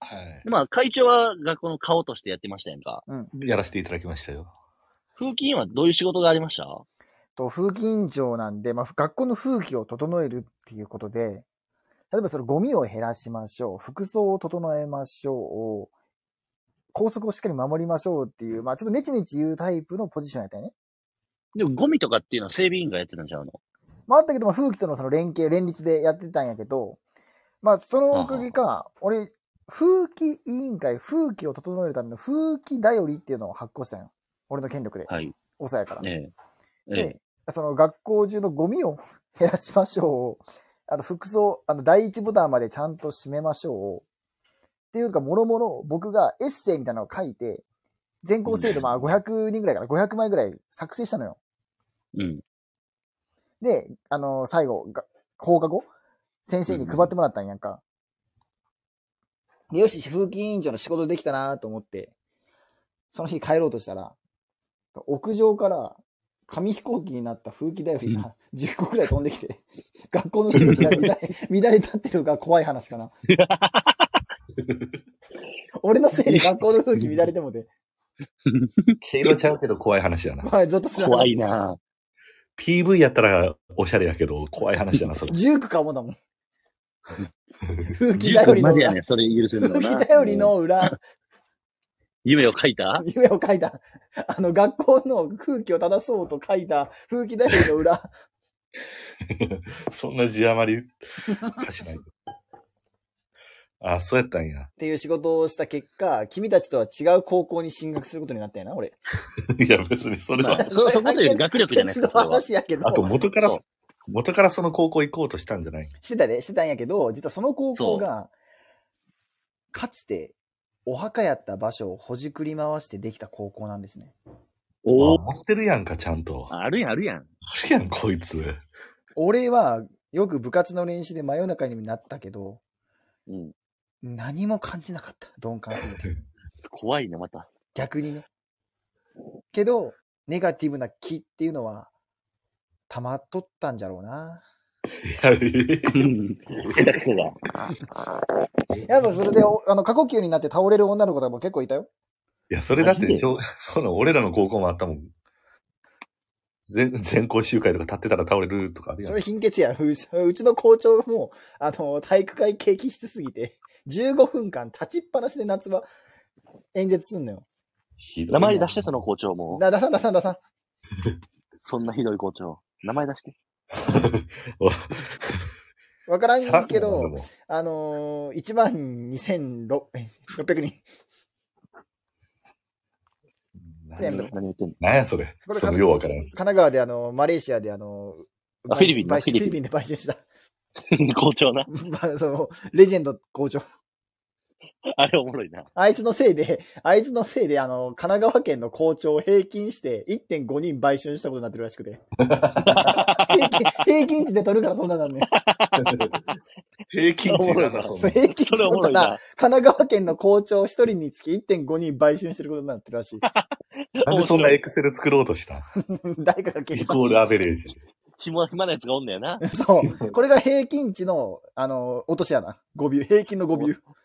はい。 でまあ、会長は学校の顔としてやってましたやんか。 うん。 やらせていただきましたよ。 風紀委員はどういう仕事がありました？ 風紀委員長なんで、まあ、学校の風紀を整えるっていうことで、例えばそのゴミを減らしましょう、服装を整えましょう、校則をしっかり守りましょうっていう、まあちょっとネチネチ言うタイプのポジションやったよね。 でもゴミとかっていうのは整備員がやってたんちゃうの？ まああったけど、風紀とのその連立でやってたんやけど、まあそのおかげか、俺、風紀委員会、風紀を整えるための風紀だよりっていうのを発行したんよ。俺の権力で。 はい。 抑えから。 で、 その学校中のゴミを減らしましょう。あと服装、第一ボタンまでちゃんと閉めましょう。っていうか、もろもろ僕がエッセイみたいなのを書いて、全校生徒まあ500人ぐらいから500枚ぐらい作成したのよ。 うん。 で、最後、放課後、先生に配ってもらったんやんか。で、よし、風紀委員長の仕事できたなと思って、その日帰ろうとしたら、屋上から紙飛行機になった風紀だよりが10個くらい飛んできて、学校の風紀が乱れ立ってるが怖い話かな。俺のせいで学校の風紀乱れてもて。 毛色ちゃうけど怖い話やな。 怖い、ゾッとする話。 怖いな。 PV やったらおしゃれやけど、怖い話やな、それ。 ジュークかもだもん。風紀だよりの裏。 ね、それ許せるの風紀だよりの裏。 夢を書いた夢を書いた。学校の風紀を正そうと書いた風紀だよりの裏。 そんな字余りかしない。あ、そうやったんや。 っていう仕事をした結果、君たちとは違う高校に進学することになったんやな、俺。 いや、別にそれは。 そことより学力じゃないですか。 別の話やけど。 あと元からその高校行こうとしたんじゃない？ してたんやけど、実はその高校が、かつて、お墓やった場所をほじくり回してできた高校なんですね。 おお。持ってるやんか、ちゃんと。 あるやん。 あるやん、こいつ。 俺は、よく部活の練習で真夜中になったけど、 うん。 何も感じなかった。鈍感すぎて。 怖いね、また。 逆にね。けど、ネガティブな気っていうのは、溜まっとったんじゃろうな。 や下手くそだ。 やっぱそれで、過呼吸になって倒れる女の子とかも結構いたよ。 いや、それだって、俺らの高校もあったもん。全校集会とか立ってたら倒れるとかあるやん。 それ貧血や。うちの校長も、体育会景気質すぎて、15分間立ちっぱなしで夏場演説すんのよ。 名前出して、その校長も。 出さん。 そんなひどい校長。名前出して。 わからんけど、12,600人。 何言ってんの？ 何やそれ。そのようわからん。 神奈川でマレーシアでフィリピンで買収した。 校長な。 レジェンド校長。 あれおもろいな。 あいつのせいで、神奈川県の校長を平均して 1.5 人買収したことになってるらしくて。平均値で取るからそんななんね。 平均値なんだ、そんな。 平均値で取ったら、神奈川県の校長1人につき 1.5 人買収してることになってるらしい。 なんでそんなエクセル作ろうとした誰かが計算イコールアベレージ。 暇なやつがおんだよな。 そう。これが平均値の、落とし穴。平均の5ビュー。